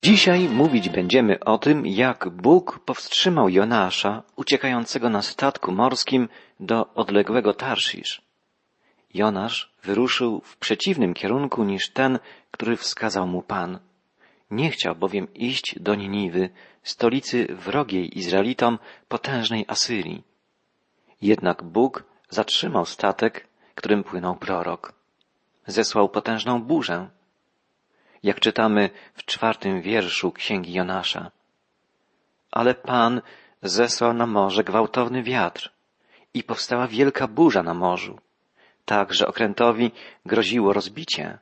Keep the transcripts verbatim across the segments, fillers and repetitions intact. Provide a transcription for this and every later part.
Dzisiaj mówić będziemy o tym, jak Bóg powstrzymał Jonasza, uciekającego na statku morskim do odległego Tarszisz. Jonasz wyruszył w przeciwnym kierunku niż ten, który wskazał mu Pan. Nie chciał bowiem iść do Niniwy, stolicy wrogiej Izraelitom potężnej Asyrii. Jednak Bóg zatrzymał statek, którym płynął prorok. Zesłał potężną burzę, jak czytamy w czwartym wierszu Księgi Jonasza. Ale Pan zesłał na morze gwałtowny wiatr i powstała wielka burza na morzu, tak, że okrętowi groziło rozbicie.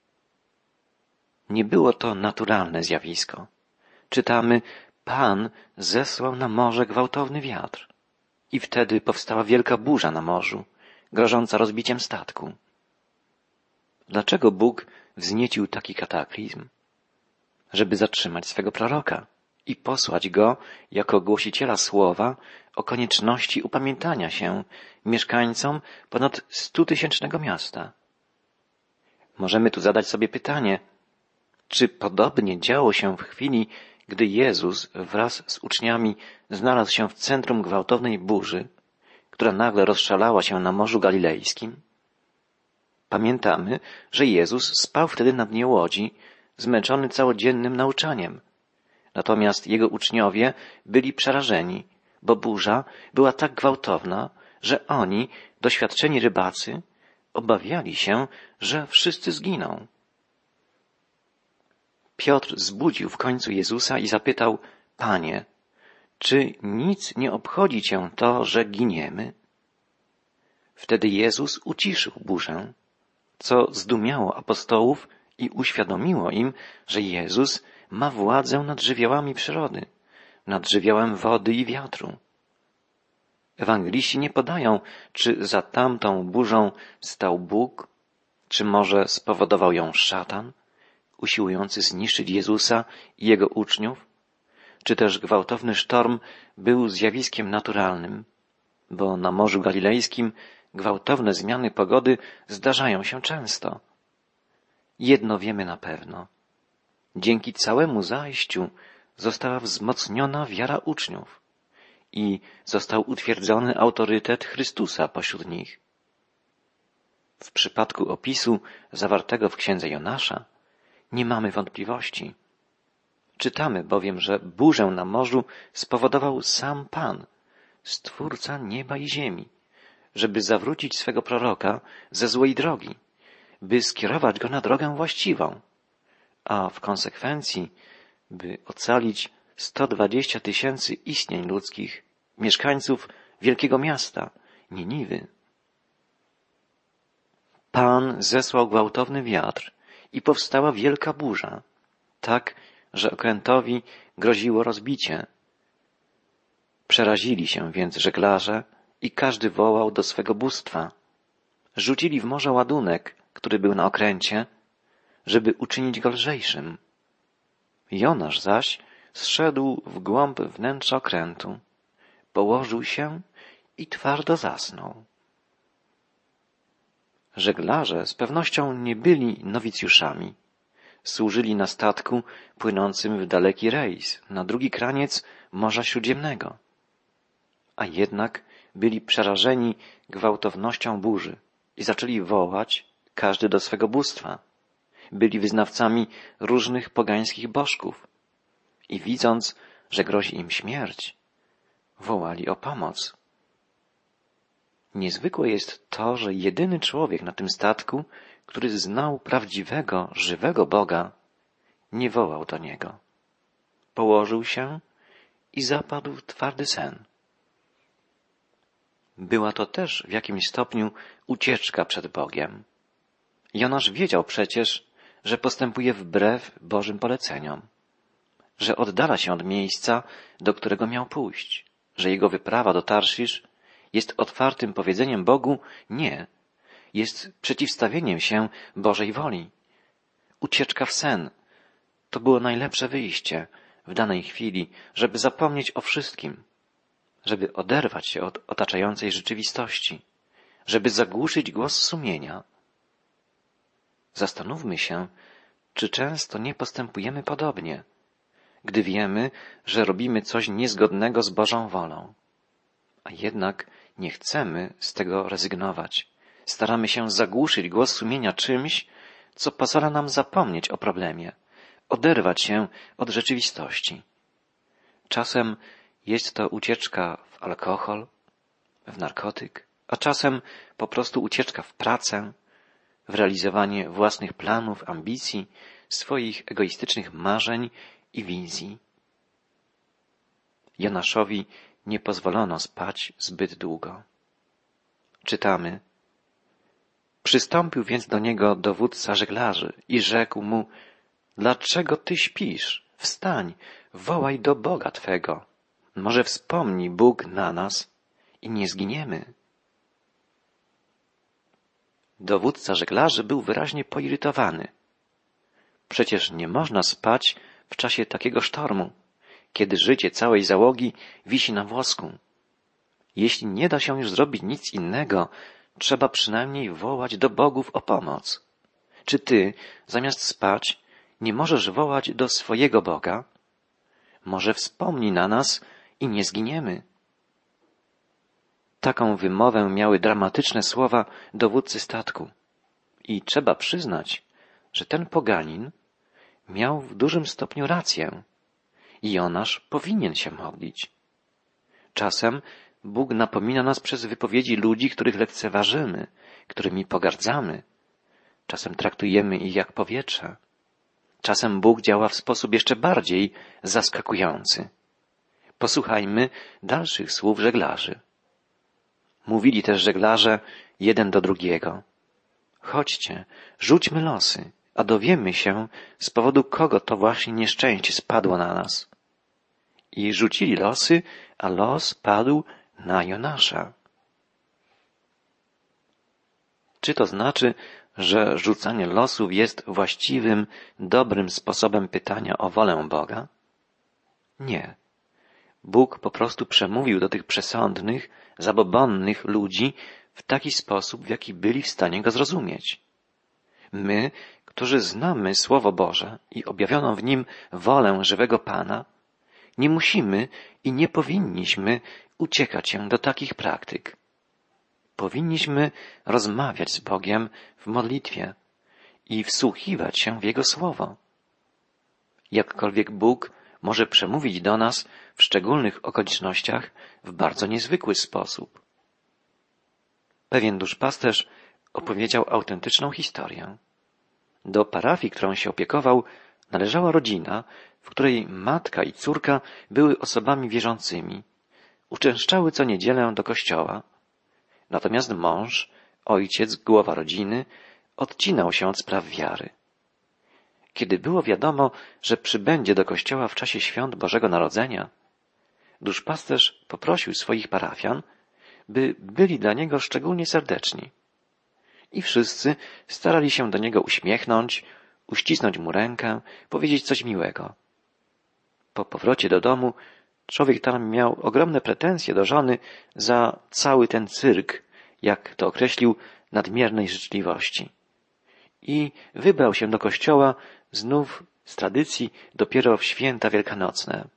Nie było to naturalne zjawisko. Czytamy, Pan zesłał na morze gwałtowny wiatr i wtedy powstała wielka burza na morzu, grożąca rozbiciem statku. Dlaczego Bóg wzniecił taki kataklizm? Żeby zatrzymać swego proroka i posłać go jako głosiciela słowa o konieczności upamiętania się mieszkańcom ponad stutysięcznego miasta. Możemy tu zadać sobie pytanie, czy podobnie działo się w chwili, gdy Jezus wraz z uczniami znalazł się w centrum gwałtownej burzy, która nagle rozszalała się na Morzu Galilejskim? Pamiętamy, że Jezus spał wtedy na dnie łodzi, zmęczony całodziennym nauczaniem. Natomiast Jego uczniowie byli przerażeni, bo burza była tak gwałtowna, że oni, doświadczeni rybacy, obawiali się, że wszyscy zginą. Piotr zbudził w końcu Jezusa i zapytał, Panie, czy nic nie obchodzi Cię to, że giniemy? Wtedy Jezus uciszył burzę, co zdumiało apostołów i uświadomiło im, że Jezus ma władzę nad żywiołami przyrody, nad żywiołem wody i wiatru. Ewangeliści nie podają, czy za tamtą burzą stał Bóg, czy może spowodował ją szatan, usiłujący zniszczyć Jezusa i Jego uczniów, czy też gwałtowny sztorm był zjawiskiem naturalnym, bo na Morzu Galilejskim gwałtowne zmiany pogody zdarzają się często. Jedno wiemy na pewno. Dzięki całemu zajściu została wzmocniona wiara uczniów i został utwierdzony autorytet Chrystusa pośród nich. W przypadku opisu zawartego w księdze Jonasza nie mamy wątpliwości. Czytamy bowiem, że burzę na morzu spowodował sam Pan, Stwórca nieba i ziemi, żeby zawrócić swego proroka ze złej drogi, by skierować go na drogę właściwą, a w konsekwencji, by ocalić sto dwadzieścia tysięcy istnień ludzkich, mieszkańców wielkiego miasta, Niniwy. Pan zesłał gwałtowny wiatr i powstała wielka burza, tak, że okrętowi groziło rozbicie. Przerazili się więc żeglarze i każdy wołał do swego bóstwa. Rzucili w morze ładunek, który był na okręcie, żeby uczynić go lżejszym. Jonasz zaś zszedł w głąb wnętrza okrętu, położył się i twardo zasnął. Żeglarze z pewnością nie byli nowicjuszami. Służyli na statku płynącym w daleki rejs, na drugi kraniec Morza Śródziemnego. A jednak byli przerażeni gwałtownością burzy i zaczęli wołać, każdy do swego bóstwa. Byli wyznawcami różnych pogańskich bożków i widząc, że grozi im śmierć, wołali o pomoc. Niezwykłe jest to, że jedyny człowiek na tym statku, który znał prawdziwego, żywego Boga, nie wołał do Niego. Położył się i zapadł w twardy sen. Była to też w jakimś stopniu ucieczka przed Bogiem. Jonasz wiedział przecież, że postępuje wbrew Bożym poleceniom, że oddala się od miejsca, do którego miał pójść, że jego wyprawa do Tarszisz jest otwartym powiedzeniem Bogu nie, jest przeciwstawieniem się Bożej woli. Ucieczka w sen to było najlepsze wyjście w danej chwili, żeby zapomnieć o wszystkim, żeby oderwać się od otaczającej rzeczywistości, żeby zagłuszyć głos sumienia. Zastanówmy się, czy często nie postępujemy podobnie, gdy wiemy, że robimy coś niezgodnego z Bożą wolą. A jednak nie chcemy z tego rezygnować. Staramy się zagłuszyć głos sumienia czymś, co pozwala nam zapomnieć o problemie, oderwać się od rzeczywistości. Czasem jest to ucieczka w alkohol, w narkotyk, a czasem po prostu ucieczka w pracę, w realizowanie własnych planów, ambicji, swoich egoistycznych marzeń i wizji. Jonaszowi nie pozwolono spać zbyt długo. Czytamy: przystąpił więc do niego dowódca żeglarzy i rzekł mu: dlaczego ty śpisz? Wstań, wołaj do Boga twego. Może wspomni Bóg na nas i nie zginiemy. Dowódca żeglarzy był wyraźnie poirytowany. Przecież nie można spać w czasie takiego sztormu, kiedy życie całej załogi wisi na włosku. Jeśli nie da się już zrobić nic innego, trzeba przynajmniej wołać do bogów o pomoc. Czy ty, zamiast spać, nie możesz wołać do swojego Boga? Może wspomni na nas i nie zginiemy. Taką wymowę miały dramatyczne słowa dowódcy statku. I trzeba przyznać, że ten poganin miał w dużym stopniu rację. Jonasz powinien się modlić. Czasem Bóg napomina nas przez wypowiedzi ludzi, których lekceważymy, którymi pogardzamy. Czasem traktujemy ich jak powietrze. Czasem Bóg działa w sposób jeszcze bardziej zaskakujący. Posłuchajmy dalszych słów żeglarzy. Mówili też żeglarze jeden do drugiego: chodźcie, rzućmy losy, a dowiemy się, z powodu kogo to właśnie nieszczęście spadło na nas. I rzucili losy, a los padł na Jonasza. Czy to znaczy, że rzucanie losów jest właściwym, dobrym sposobem pytania o wolę Boga? Nie. Bóg po prostu przemówił do tych przesądnych, zabobonnych ludzi w taki sposób, w jaki byli w stanie go zrozumieć. My, którzy znamy Słowo Boże i objawioną w nim wolę żywego Pana, nie musimy i nie powinniśmy uciekać się do takich praktyk. Powinniśmy rozmawiać z Bogiem w modlitwie i wsłuchiwać się w Jego Słowo. Jakkolwiek Bóg może przemówić do nas w szczególnych okolicznościach w bardzo niezwykły sposób. Pewien duszpasterz opowiedział autentyczną historię. Do parafii, którą się opiekował, należała rodzina, w której matka i córka były osobami wierzącymi. Uczęszczały co niedzielę do kościoła. Natomiast mąż, ojciec, głowa rodziny, odcinał się od spraw wiary. Kiedy było wiadomo, że przybędzie do kościoła w czasie świąt Bożego Narodzenia, duszpasterz poprosił swoich parafian, by byli dla niego szczególnie serdeczni. I wszyscy starali się do niego uśmiechnąć, uścisnąć mu rękę, powiedzieć coś miłego. Po powrocie do domu człowiek tam miał ogromne pretensje do żony za cały ten cyrk, jak to określił, nadmiernej życzliwości. I wybrał się do kościoła znów z tradycji dopiero w święta wielkanocne.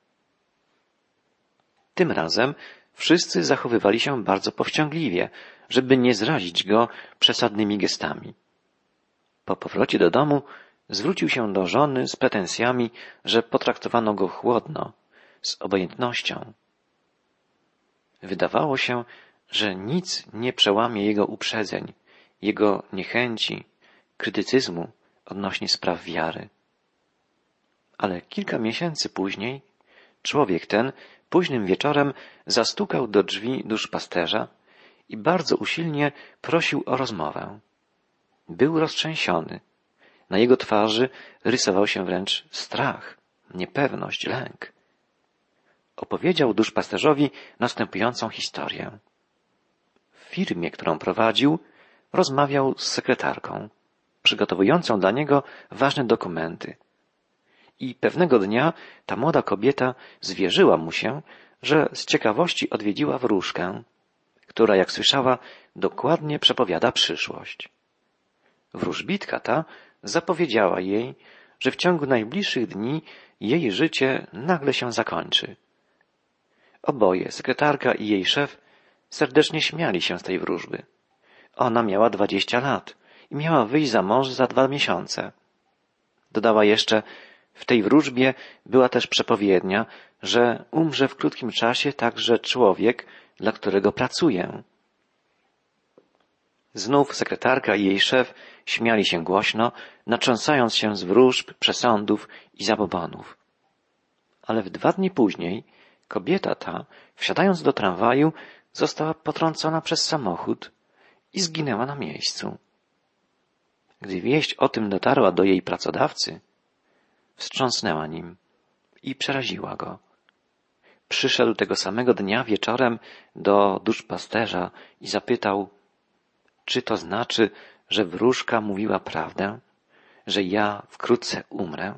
Tym razem wszyscy zachowywali się bardzo powściągliwie, żeby nie zrazić go przesadnymi gestami. Po powrocie do domu zwrócił się do żony z pretensjami, że potraktowano go chłodno, z obojętnością. Wydawało się, że nic nie przełamie jego uprzedzeń, jego niechęci, krytycyzmu odnośnie spraw wiary. Ale kilka miesięcy później człowiek ten późnym wieczorem zastukał do drzwi duszpasterza i bardzo usilnie prosił o rozmowę. Był roztrzęsiony. Na jego twarzy rysował się wręcz strach, niepewność, lęk. Opowiedział duszpasterzowi następującą historię. W firmie, którą prowadził, rozmawiał z sekretarką, przygotowującą dla niego ważne dokumenty. I pewnego dnia ta młoda kobieta zwierzyła mu się, że z ciekawości odwiedziła wróżkę, która, jak słyszała, dokładnie przepowiada przyszłość. Wróżbitka ta zapowiedziała jej, że w ciągu najbliższych dni jej życie nagle się zakończy. Oboje, sekretarka i jej szef, serdecznie śmiali się z tej wróżby. Ona miała dwadzieścia lat i miała wyjść za mąż za dwa miesiące. Dodała jeszcze, w tej wróżbie była też przepowiednia, że umrze w krótkim czasie także człowiek, dla którego pracuję. Znów sekretarka i jej szef śmiali się głośno, natrząsając się z wróżb, przesądów i zabobonów. Ale w dwa dni później kobieta ta, wsiadając do tramwaju, została potrącona przez samochód i zginęła na miejscu. Gdy wieść o tym dotarła do jej pracodawcy, wstrząsnęła nim i przeraziła go. Przyszedł tego samego dnia wieczorem do duszpasterza i zapytał, czy to znaczy, że wróżka mówiła prawdę, że ja wkrótce umrę?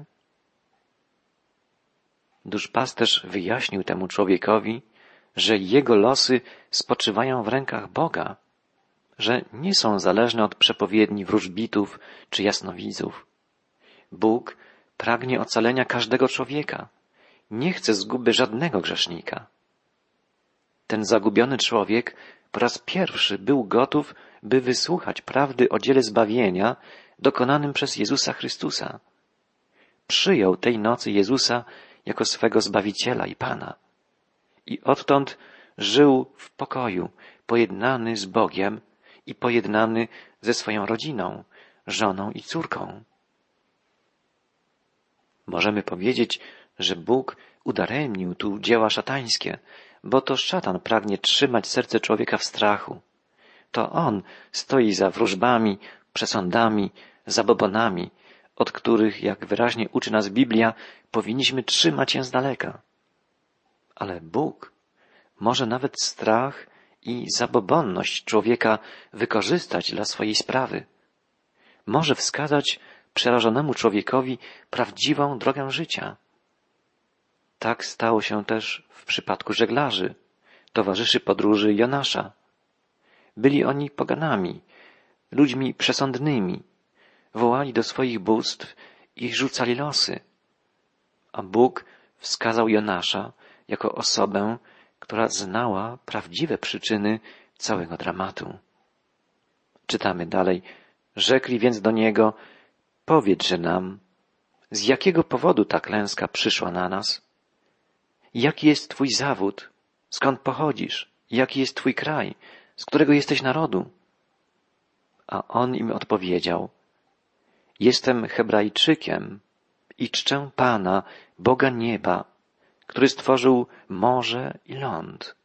Duszpasterz wyjaśnił temu człowiekowi, że jego losy spoczywają w rękach Boga, że nie są zależne od przepowiedni wróżbitów czy jasnowidzów. Bóg pragnie ocalenia każdego człowieka, nie chce zguby żadnego grzesznika. Ten zagubiony człowiek po raz pierwszy był gotów, by wysłuchać prawdy o dziele zbawienia dokonanym przez Jezusa Chrystusa. Przyjął tej nocy Jezusa jako swego Zbawiciela i Pana. I odtąd żył w pokoju, pojednany z Bogiem i pojednany ze swoją rodziną, żoną i córką. Możemy powiedzieć, że Bóg udaremnił tu dzieła szatańskie, bo to szatan pragnie trzymać serce człowieka w strachu. To on stoi za wróżbami, przesądami, zabobonami, od których, jak wyraźnie uczy nas Biblia, powinniśmy trzymać się z daleka. Ale Bóg może nawet strach i zabobonność człowieka wykorzystać dla swojej sprawy. Może wskazać przerażonemu człowiekowi prawdziwą drogę życia. Tak stało się też w przypadku żeglarzy, towarzyszy podróży Jonasza. Byli oni poganami, ludźmi przesądnymi, wołali do swoich bóstw i rzucali losy. A Bóg wskazał Jonasza jako osobę, która znała prawdziwe przyczyny całego dramatu. Czytamy dalej. Rzekli więc do niego, powiedźże nam, z jakiego powodu ta klęska przyszła na nas? Jaki jest twój zawód? Skąd pochodzisz? Jaki jest twój kraj? Z którego jesteś narodu? A on im odpowiedział, jestem Hebrajczykiem i czczę Pana, Boga nieba, który stworzył morze i ląd.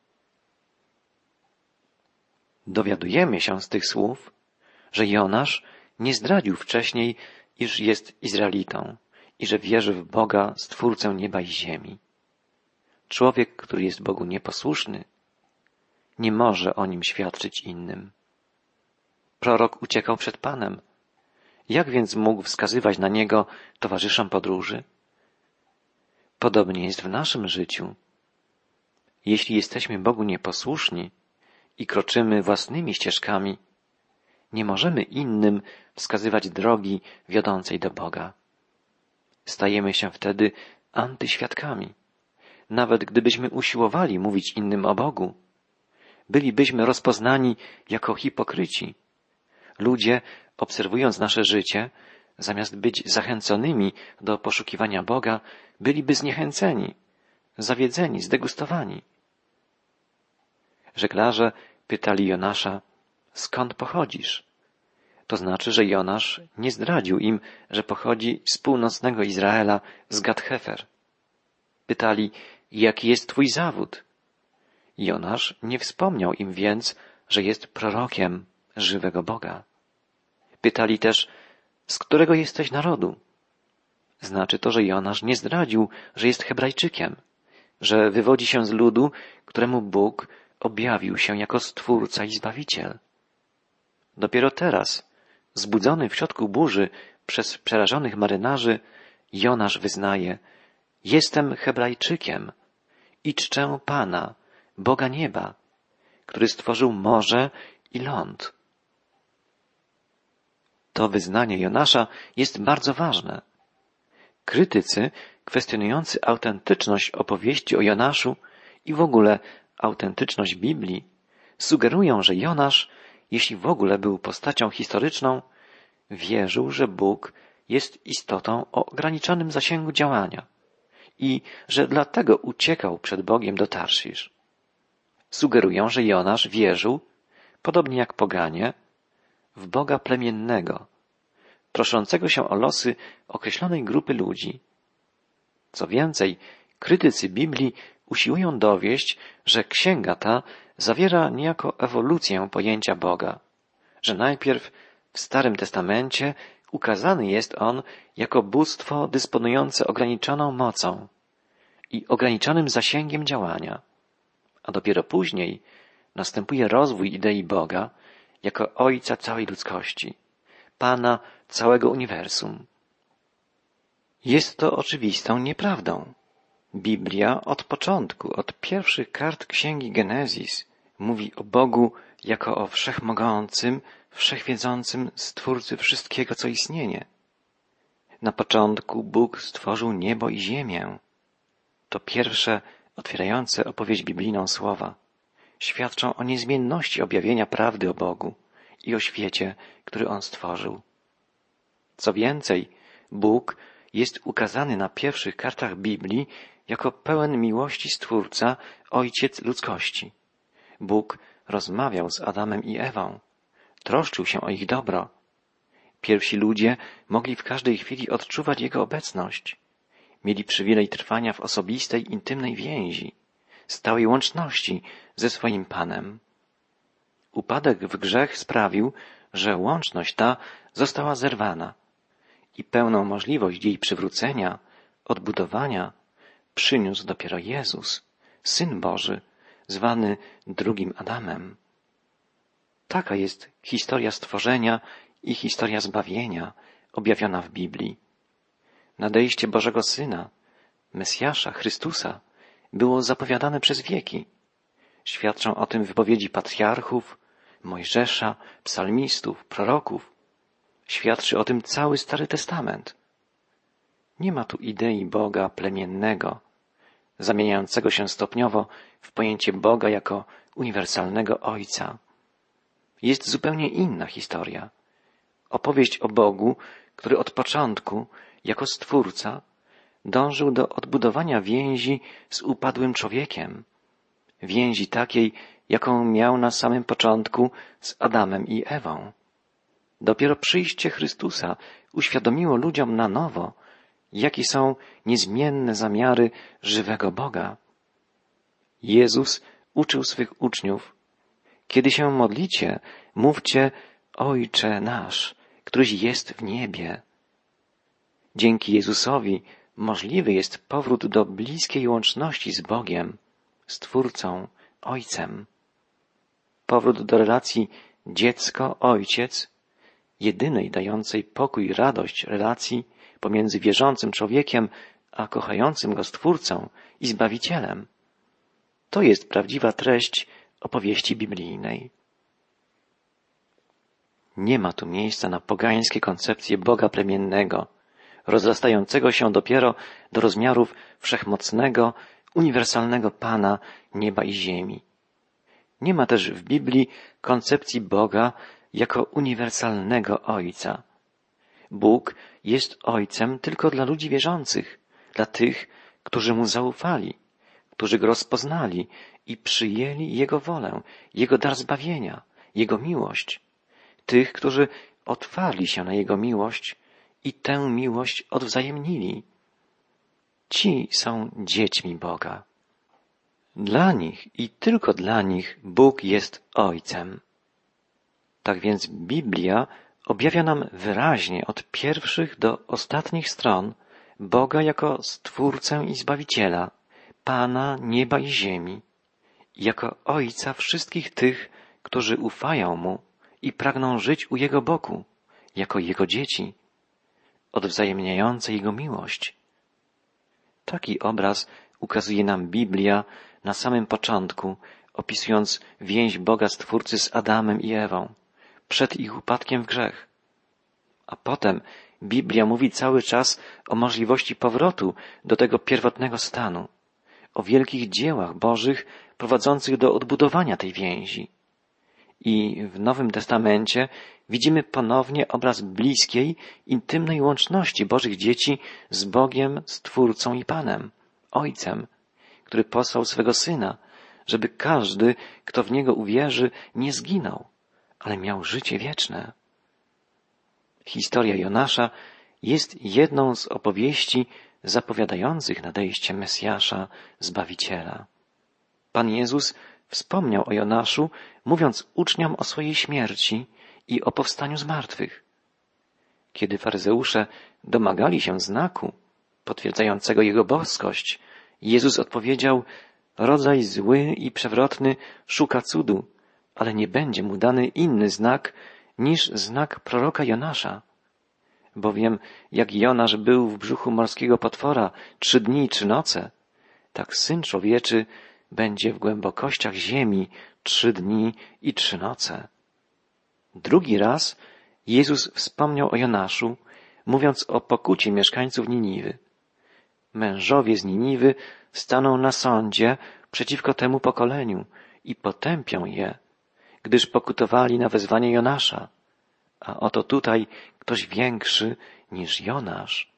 Dowiadujemy się z tych słów, że Jonasz nie zdradził wcześniej, iż jest Izraelitą i że wierzy w Boga, Stwórcę nieba i ziemi. Człowiek, który jest Bogu nieposłuszny, nie może o nim świadczyć innym. Prorok uciekał przed Panem. Jak więc mógł wskazywać na niego towarzyszom podróży? Podobnie jest w naszym życiu. Jeśli jesteśmy Bogu nieposłuszni i kroczymy własnymi ścieżkami, nie możemy innym wskazywać drogi wiodącej do Boga. Stajemy się wtedy antyświadkami. Nawet gdybyśmy usiłowali mówić innym o Bogu, bylibyśmy rozpoznani jako hipokryci. Ludzie, obserwując nasze życie, zamiast być zachęconymi do poszukiwania Boga, byliby zniechęceni, zawiedzeni, zdegustowani. Żeglarze pytali Jonasza, skąd pochodzisz? To znaczy, że Jonasz nie zdradził im, że pochodzi z północnego Izraela, z Gad-Hefer. Pytali, jaki jest twój zawód? Jonasz nie wspomniał im więc, że jest prorokiem żywego Boga. Pytali też, z którego jesteś narodu? Znaczy to, że Jonasz nie zdradził, że jest Hebrajczykiem, że wywodzi się z ludu, któremu Bóg objawił się jako Stwórca i Zbawiciel. Dopiero teraz, zbudzony w środku burzy przez przerażonych marynarzy, Jonasz wyznaje, jestem Hebrajczykiem i czczę Pana, Boga nieba, który stworzył morze i ląd. To wyznanie Jonasza jest bardzo ważne. Krytycy, kwestionujący autentyczność opowieści o Jonaszu i w ogóle autentyczność Biblii, sugerują, że Jonasz, jeśli w ogóle był postacią historyczną, wierzył, że Bóg jest istotą o ograniczonym zasięgu działania i że dlatego uciekał przed Bogiem do Tarszisz. Sugerują, że Jonasz wierzył, podobnie jak poganie, w Boga plemiennego, proszącego się o losy określonej grupy ludzi. Co więcej, krytycy Biblii usiłują dowieść, że księga ta zawiera niejako ewolucję pojęcia Boga, że najpierw w Starym Testamencie ukazany jest On jako bóstwo dysponujące ograniczoną mocą i ograniczonym zasięgiem działania, a dopiero później następuje rozwój idei Boga jako Ojca całej ludzkości, Pana całego uniwersum. Jest to oczywistą nieprawdą. Biblia od początku, od pierwszych kart Księgi Genezis mówi o Bogu jako o wszechmogącym, wszechwiedzącym Stwórcy wszystkiego, co istnieje. Na początku Bóg stworzył niebo i ziemię. To pierwsze, otwierające opowieść biblijną słowa świadczą o niezmienności objawienia prawdy o Bogu i o świecie, który On stworzył. Co więcej, Bóg jest ukazany na pierwszych kartach Biblii jako pełen miłości Stwórca, Ojciec ludzkości. Bóg rozmawiał z Adamem i Ewą, troszczył się o ich dobro. Pierwsi ludzie mogli w każdej chwili odczuwać Jego obecność. Mieli przywilej trwania w osobistej, intymnej więzi, stałej łączności ze swoim Panem. Upadek w grzech sprawił, że łączność ta została zerwana i pełną możliwość jej przywrócenia, odbudowania przyniósł dopiero Jezus, Syn Boży, zwany drugim Adamem. Taka jest historia stworzenia i historia zbawienia objawiona w Biblii. Nadejście Bożego Syna, Mesjasza, Chrystusa, było zapowiadane przez wieki. Świadczą o tym wypowiedzi patriarchów, Mojżesza, psalmistów, proroków. Świadczy o tym cały Stary Testament. Nie ma tu idei Boga plemiennego, zamieniającego się stopniowo w pojęcie Boga jako uniwersalnego Ojca. Jest zupełnie inna historia. Opowieść o Bogu, który od początku, jako Stwórca, dążył do odbudowania więzi z upadłym człowiekiem. Więzi takiej, jaką miał na samym początku z Adamem i Ewą. Dopiero przyjście Chrystusa uświadomiło ludziom na nowo, jakie są niezmienne zamiary żywego Boga. Jezus uczył swych uczniów: kiedy się modlicie, mówcie: Ojcze nasz, któryś jest w niebie. Dzięki Jezusowi możliwy jest powrót do bliskiej łączności z Bogiem, Stwórcą, Ojcem. Powrót do relacji dziecko-ojciec, jedynej dającej pokój i radość relacji pomiędzy wierzącym człowiekiem a kochającym go Stwórcą i Zbawicielem. To jest prawdziwa treść opowieści biblijnej. Nie ma tu miejsca na pogańskie koncepcje Boga plemiennego, rozrastającego się dopiero do rozmiarów wszechmocnego, uniwersalnego Pana nieba i ziemi. Nie ma też w Biblii koncepcji Boga jako uniwersalnego Ojca. Bóg jest Ojcem tylko dla ludzi wierzących, dla tych, którzy Mu zaufali, którzy Go rozpoznali i przyjęli Jego wolę, Jego dar zbawienia, Jego miłość. Tych, którzy otwarli się na Jego miłość i tę miłość odwzajemnili. Ci są dziećmi Boga. Dla nich i tylko dla nich Bóg jest Ojcem. Tak więc Biblia objawia nam wyraźnie od pierwszych do ostatnich stron Boga jako Stwórcę i Zbawiciela, Pana nieba i ziemi, jako Ojca wszystkich tych, którzy ufają Mu i pragną żyć u Jego boku, jako Jego dzieci, odwzajemniające Jego miłość. Taki obraz ukazuje nam Biblia na samym początku, opisując więź Boga Stwórcy z Adamem i Ewą, przed ich upadkiem w grzech. A potem, Biblia mówi cały czas o możliwości powrotu do tego pierwotnego stanu, o wielkich dziełach Bożych prowadzących do odbudowania tej więzi. I w Nowym Testamencie widzimy ponownie obraz bliskiej, intymnej łączności Bożych dzieci z Bogiem, Stwórcą i Panem, Ojcem, który posłał swego Syna, żeby każdy, kto w Niego uwierzy, nie zginął, ale miał życie wieczne. Historia Jonasza jest jedną z opowieści zapowiadających nadejście Mesjasza, Zbawiciela. Pan Jezus wspomniał o Jonaszu, mówiąc uczniom o swojej śmierci i o powstaniu z martwych. Kiedy faryzeusze domagali się znaku potwierdzającego Jego boskość, Jezus odpowiedział: rodzaj zły i przewrotny szuka cudu, ale nie będzie mu dany inny znak niż znak proroka Jonasza. Bowiem jak Jonasz był w brzuchu morskiego potwora trzy dni i trzy noce, tak Syn Człowieczy będzie w głębokościach ziemi trzy dni i trzy noce. Drugi raz Jezus wspomniał o Jonaszu, mówiąc o pokucie mieszkańców Niniwy. Mężowie z Niniwy staną na sądzie przeciwko temu pokoleniu i potępią je, gdyż pokutowali na wezwanie Jonasza. A oto tutaj ktoś większy niż Jonasz.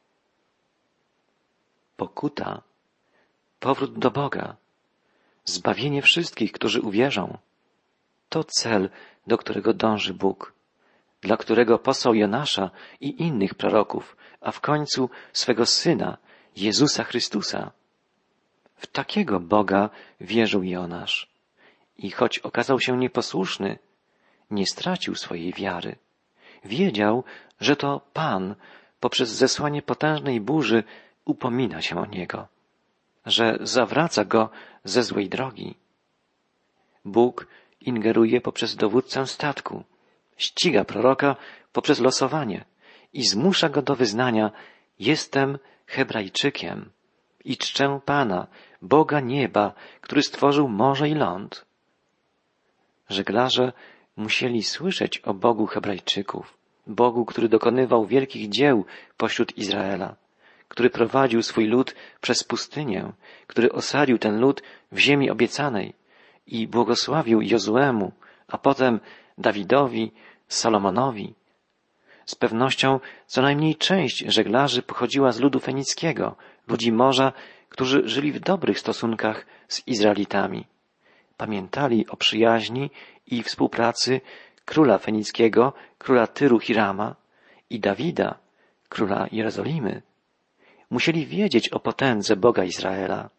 Pokuta, powrót do Boga, zbawienie wszystkich, którzy uwierzą. To cel, do którego dąży Bóg, dla którego posłał Jonasza i innych proroków, a w końcu swego Syna, Jezusa Chrystusa. W takiego Boga wierzył Jonasz i choć okazał się nieposłuszny, nie stracił swojej wiary. Wiedział, że to Pan poprzez zesłanie potężnej burzy upomina się o niego, że zawraca go ze złej drogi. Bóg ingeruje poprzez dowódcę statku, ściga proroka poprzez losowanie i zmusza go do wyznania: jestem Hebrajczykiem i czczę Pana, Boga nieba, który stworzył morze i ląd. Żeglarze musieli słyszeć o Bogu Hebrajczyków, Bogu, który dokonywał wielkich dzieł pośród Izraela, który prowadził swój lud przez pustynię, który osadził ten lud w ziemi obiecanej i błogosławił Jozuemu, a potem Dawidowi, Salomonowi. Z pewnością co najmniej część żeglarzy pochodziła z ludu fenickiego, ludzi morza, którzy żyli w dobrych stosunkach z Izraelitami. Pamiętali o przyjaźni i współpracy króla fenickiego, króla Tyru Hirama i Dawida, króla Jerozolimy. Musieli wiedzieć o potędze Boga Izraela.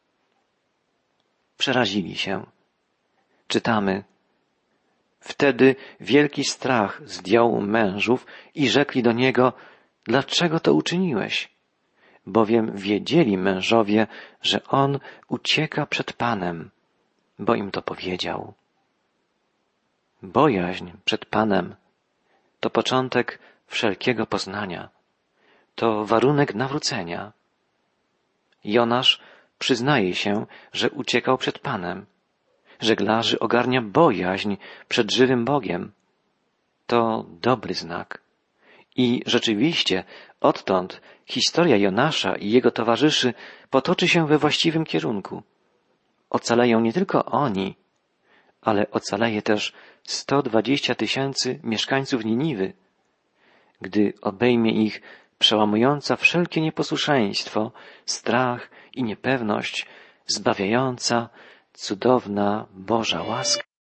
Przerazili się. Czytamy: wtedy wielki strach zdjął mężów i rzekli do niego: dlaczego to uczyniłeś? Bowiem wiedzieli mężowie, że on ucieka przed Panem, bo im to powiedział. Bojaźń przed Panem to początek wszelkiego poznania. To warunek nawrócenia. Jonasz przyznaje się, że uciekał przed Panem. Żeglarzy ogarnia bojaźń przed żywym Bogiem. To dobry znak. I rzeczywiście odtąd historia Jonasza i jego towarzyszy potoczy się we właściwym kierunku. Ocaleją nie tylko oni, ale ocaleje też sto dwadzieścia tysięcy mieszkańców Niniwy, gdy obejmie ich przełamująca wszelkie nieposłuszeństwo, strach i niepewność, zbawiająca, cudowna Boża łaska.